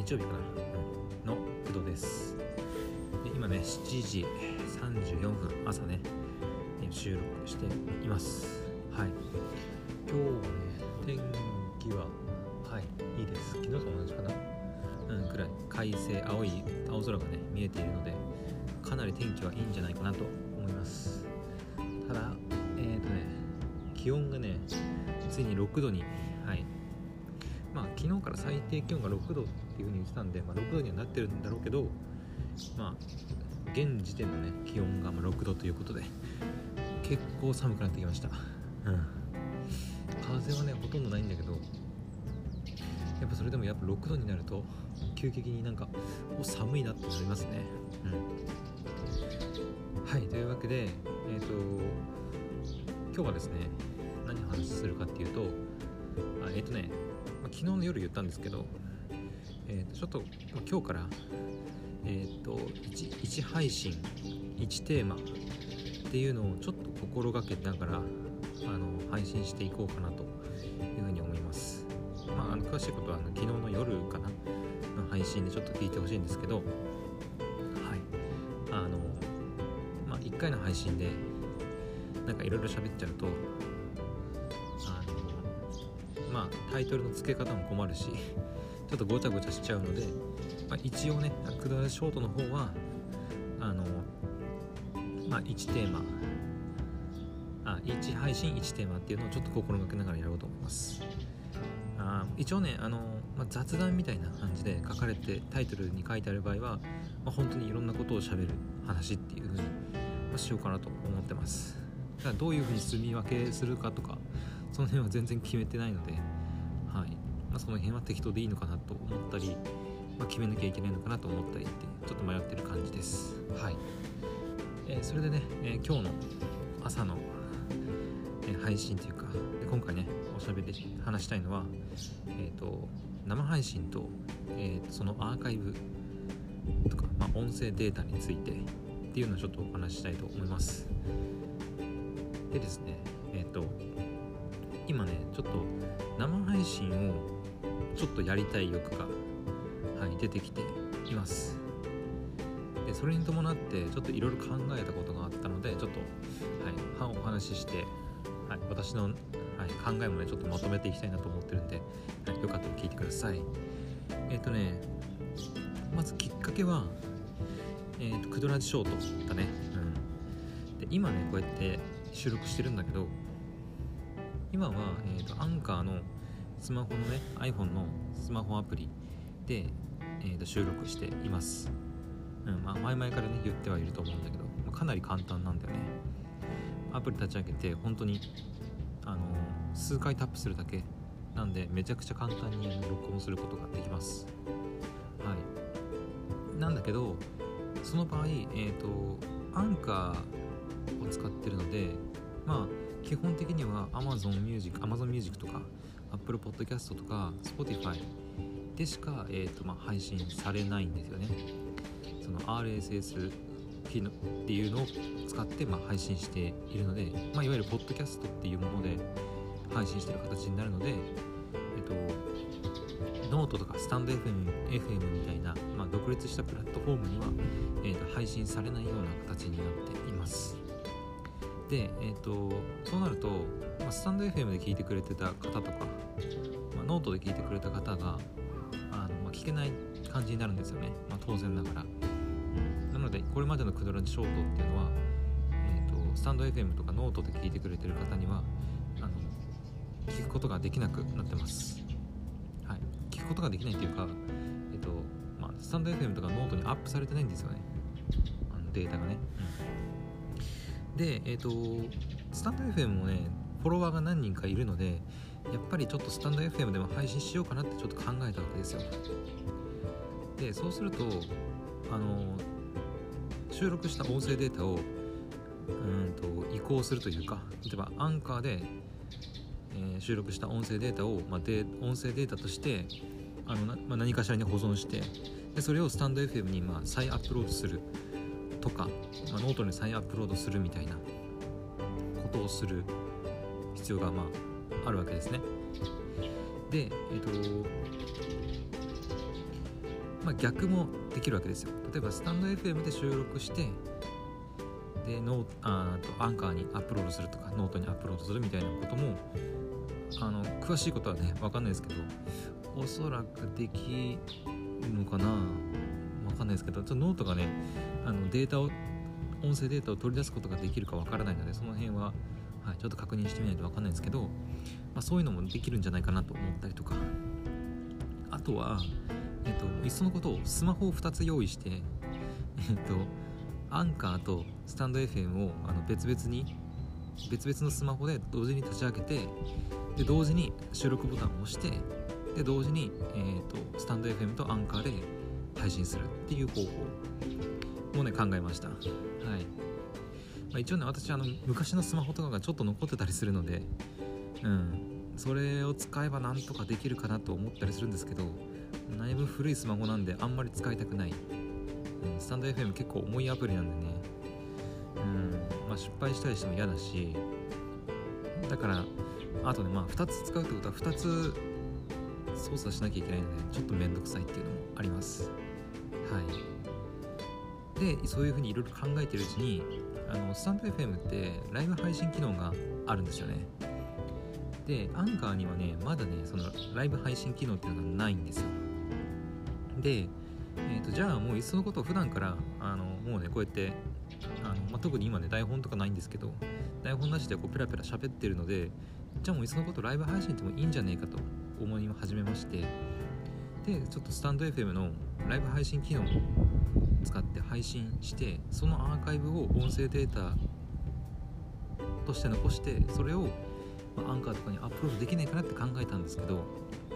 日曜日かな、の工藤です。で今ね7時34分朝ね収録しています。はい、今日はね天気ははいいいです。昨日と同じかな、くらい快晴、青空がね見えているので、かなり天気はいいんじゃないかなと思います。ただ気温がねついに6度に、昨日から最低気温が6度っていう風に言ってたんで、6度にはなってるんだろうけど、現時点のね気温が6度ということで結構寒くなってきました。風はねほとんどないんだけど、やっぱそれでもやっぱ6度になると急激に寒いなってなりますね。はいというわけで今日はですね何を話するかっていうと、昨日の夜言ったんですけど、ちょっと、今日から1配信1テーマっていうのをちょっと心がけながら配信していこうかなというふうに思います。詳しいことは昨日の夜かなの配信でちょっと聞いてほしいんですけど、1回の配信でいろいろ喋っちゃうとタイトルの付け方も困るしちょっとごちゃごちゃしちゃうので、一応ねクダショートの方は1テーマ1配信1テーマっていうのをちょっと心がけながらやろうと思います。一応ね雑談みたいな感じで書かれてタイトルに書いてある場合は、本当にいろんなことを喋る話っていう風に、しようかなと思ってます。だからどういう風に住み分けするかとかその辺は全然決めてないので、その辺は適当でいいのかなと思ったり、決めなきゃいけないのかなと思ったりってちょっと迷ってる感じです。それでね、今日の朝の、配信というか今回ねおしゃべり話したいのは、生配信と、そのアーカイブとか、音声データについてっていうのをちょっとお話ししたいと思います。でですね今ねちょっと生配信をちょっとやりたい欲が、出てきています。でそれに伴ってちょっといろいろ考えたことがあったのでちょっと、お話しして、私の、考えもねちょっとまとめていきたいなと思ってるんで、よかったら聞いてください。まずきっかけはクドラジショートだね。で今ねこうやって収録してるんだけど、今は、アンカーのスマホのね iPhone のスマホアプリで、収録しています。前々からね言ってはいると思うんだけど、かなり簡単なんだよね。アプリ立ち上げて本当に数回タップするだけなんでめちゃくちゃ簡単に録音することができます。なんだけどその場合アンカーを使ってるので基本的には Amazon Music とか Apple Podcast とか Spotify でしか、配信されないんですよね。その RSS 機能っていうのを使って、配信しているので、いわゆるポッドキャストっていうもので配信している形になるので、ノートとかスタンド FM みたいな、独立したプラットフォームには、配信されないような形になっています。で、そうなると、スタンド FM で聞いてくれてた方とか、ノートで聞いてくれた方が聞けない感じになるんですよね。当然ながら。なのでこれまでのクドラジショートっていうのは、スタンド FM とかノートで聞いてくれてる方には聞くことができなくなってます。聞くことができないっていうか、スタンド FM とかノートにアップされてないんですよね、データがね。で、スタンド FM もねフォロワーが何人かいるので、やっぱりちょっとスタンド FM でも配信しようかなってちょっと考えたわけですよ。でそうすると収録した音声データを移行するというか、例えばアンカーで、収録した音声データを、音声データとして何かしらに保存して、でそれをスタンド FM に再アップロードするとか、ノートに再アップロードするみたいなことをする必要があるわけですね。で、 逆もできるわけですよ。例えばスタンド FM で収録してでアンカーにアップロードするとかノートにアップロードするみたいなことも詳しいことはね分かんないですけど、おそらくできるのかな、分かんないですけど、ノートがね音声データを取り出すことができるか分からないので、その辺は、ちょっと確認してみないと分かんないですけど、そういうのもできるんじゃないかなと思ったりとか、あとはいっそのことをスマホを2つ用意してアンカーとスタンド FM を別々のスマホで同時に立ち上げて、で同時に収録ボタンを押して、で同時に、スタンド FM とアンカーで配信するっていう方法もね考えました。一応ね、私昔のスマホとかがちょっと残ってたりするので、それを使えばなんとかできるかなと思ったりするんですけど、だいぶ古いスマホなんであんまり使いたくない。スタンド FM 結構重いアプリなんでね、失敗したりしても嫌だし、だからあとね2つ使うってことは2つ操作しなきゃいけないので、ちょっとめんどくさいっていうのもあります。でそういう風にいろいろ考えてるうちにスタンド FM ってライブ配信機能があるんですよね。でアンカーにはねまだねそのライブ配信機能っていうのがないんですよ。で、じゃあもういっそのことを普段からもうねこうやって特に今ね台本とかないんですけど、台本なしでこうペラペラ喋ってるので、じゃあもういっそのことライブ配信ってもいいんじゃねえかと思い始めまして、でちょっとスタンド FM のライブ配信機能を使って配信して、そのアーカイブを音声データとして残して、それをアンカーとかにアップロードできないかなって考えたんですけど、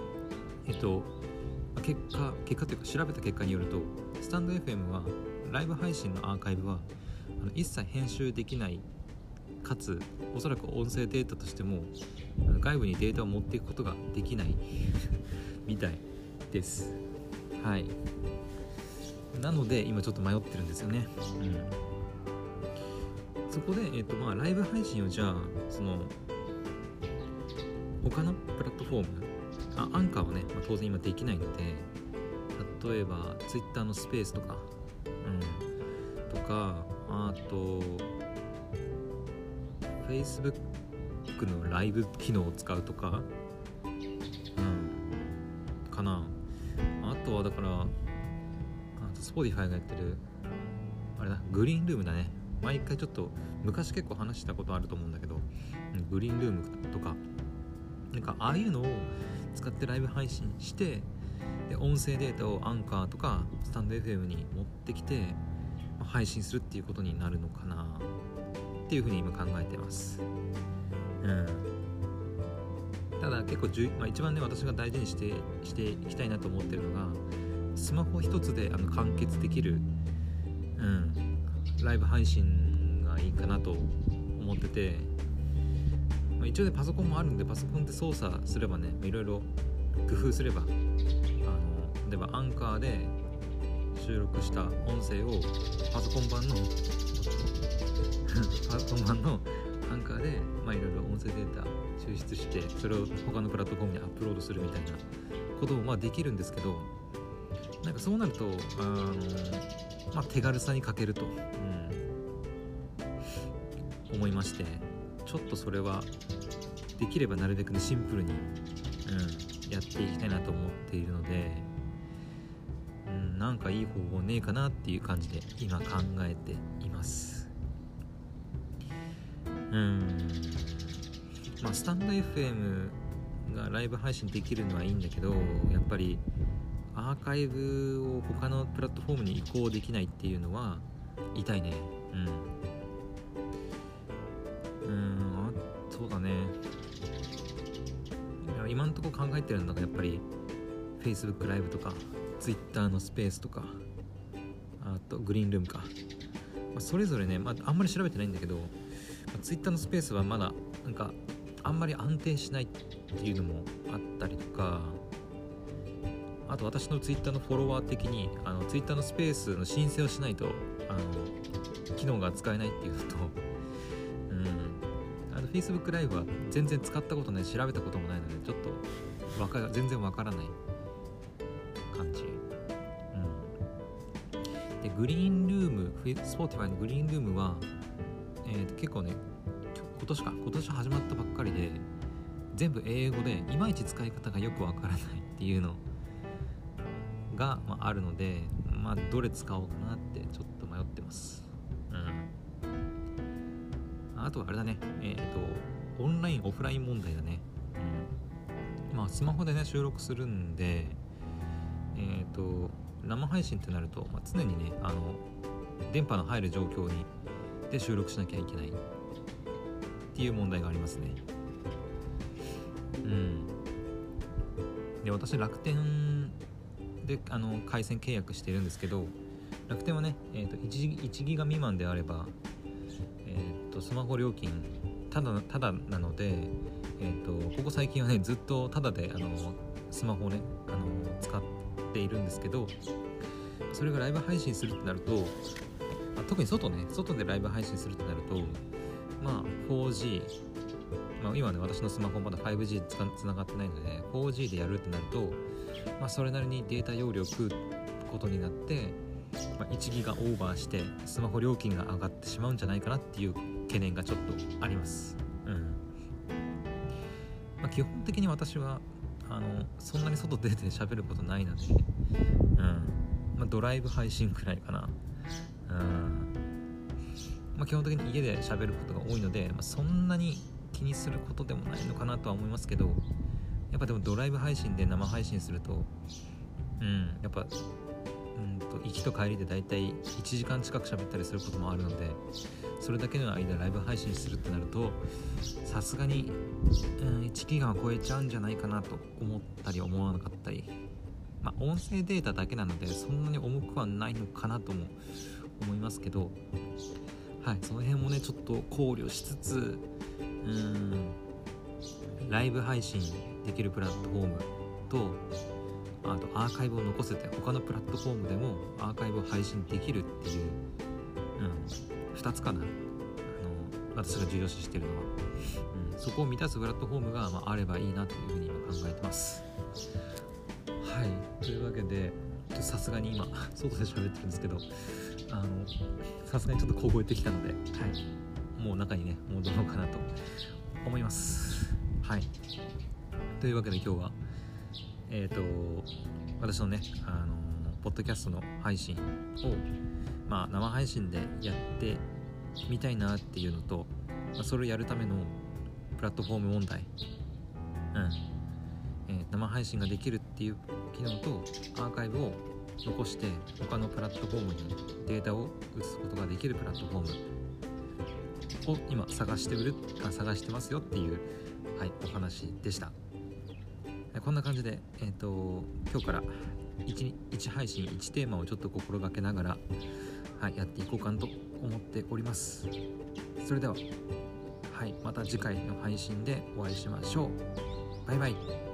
結果というか調べた結果によると、スタンド FM はライブ配信のアーカイブは一切編集できない、かつおそらく音声データとしても外部にデータを持っていくことができないみたいです。なので今ちょっと迷ってるんですよね。そこで、ライブ配信をじゃあその他のプラットフォーム、アンカーはね、当然今できないので、例えば Twitter のスペースとか、とか、あと Facebook のライブ機能を使うとか、かな。あとはだからSpotify がやってるグリーンルームだね。毎回ちょっと昔結構話したことあると思うんだけど、グリーンルームとかなんかああいうのを使ってライブ配信して、で音声データをアンカーとかスタンド FM に持ってきて配信するっていうことになるのかなっていうふうに今考えてます。ただ結構一番ね私が大事にしていきたいなと思ってるのが、スマホ一つで完結できる、ライブ配信がいいかなと思ってて、一応ねパソコンもあるんで、パソコンで操作すればねいろいろ工夫すれば例えばアンカーで収録した音声をパソコン版のアンカーでいろいろ音声データ抽出して、それを他のプラットフォームにアップロードするみたいなこともできるんですけど、なんかそうなると手軽さに欠けると、思いまして、ちょっとそれはできればなるべくねシンプルに、やっていきたいなと思っているので、なんかいい方法ねえかなっていう感じで今考えています。スタンド FM がライブ配信できるのはいいんだけど、やっぱりアーカイブを他のプラットフォームに移行できないっていうのは痛いね。そうだね。今のところ考えてるのがやっぱり Facebook ライブとか Twitter のスペースとか、あとグリーンルームか、それぞれね、あんまり調べてないんだけど、Twitter のスペースはまだなんかあんまり安定しないっていうのもあったりとか、あと私の Twitter のフォロワー的にTwitter のスペースの申請をしないと機能が使えないっていうのと、Facebook ライブは全然使ったことない、調べたこともないのでちょっと全然わからない感じ。 でグリーンルーム、Spotify のグリーンルームは、結構ね今年始まったばっかりで全部英語でいまいち使い方がよくわからないっていうのが、あるので、どれ使おうかなってちょっと迷ってます。あとはあれだね、オンラインオフライン問題だね。スマホでね収録するんで、生配信ってなると、常にね電波の入る状況で収録しなきゃいけないっていう問題がありますね。で私楽天で回線契約してるんですけど、楽天はね、1ギガ未満であれば、スマホ料金ただなので、ここ最近はねずっとただでスマホをね使っているんですけど、それがライブ配信するってなると、特に外でライブ配信するってなると、4G、今ね私のスマホまだ 5G つながってないので 4G でやるってなると、それなりにデータ容量食うことになって、1ギガオーバーしてスマホ料金が上がってしまうんじゃないかなっていう懸念がちょっとあります。基本的に私はそんなに外出て喋ることないので、ドライブ配信くらいかな。基本的に家で喋ることが多いので、そんなに気にすることでもないのかなとは思いますけど、やっぱでもドライブ配信で生配信すると、やっぱ行きと帰りでだいたい1時間近く喋ったりすることもあるので、それだけの間ライブ配信するってなるとさすがに、1ギガは超えちゃうんじゃないかなと思ったり思わなかったり、音声データだけなのでそんなに重くはないのかなとも思いますけど、その辺もねちょっと考慮しつつ、ライブ配信できるプラットフォームと、あとアーカイブを残せて他のプラットフォームでもアーカイブを配信できるっていう、2つかな、私が重要視しているのは、そこを満たすプラットフォームが、あればいいなというふうに今考えてます。というわけでさすがに今外で喋ってるんですけど、さすがにちょっと凍えてきたので、もう中にね戻ろうかなと思います。というわけで今日は私のねポッドキャストの配信を、生配信でやってみたいなっていうのと、それをやるためのプラットフォーム問題、生配信ができるっていう機能とアーカイブを残して他のプラットフォームにデータを移すことができるプラットフォームを今探してますよっていう、お話でした。こんな感じで、今日から 1配信1テーマをちょっと心がけながら、やっていこうかなと思っております。それでは、また次回の配信でお会いしましょう。バイバイ。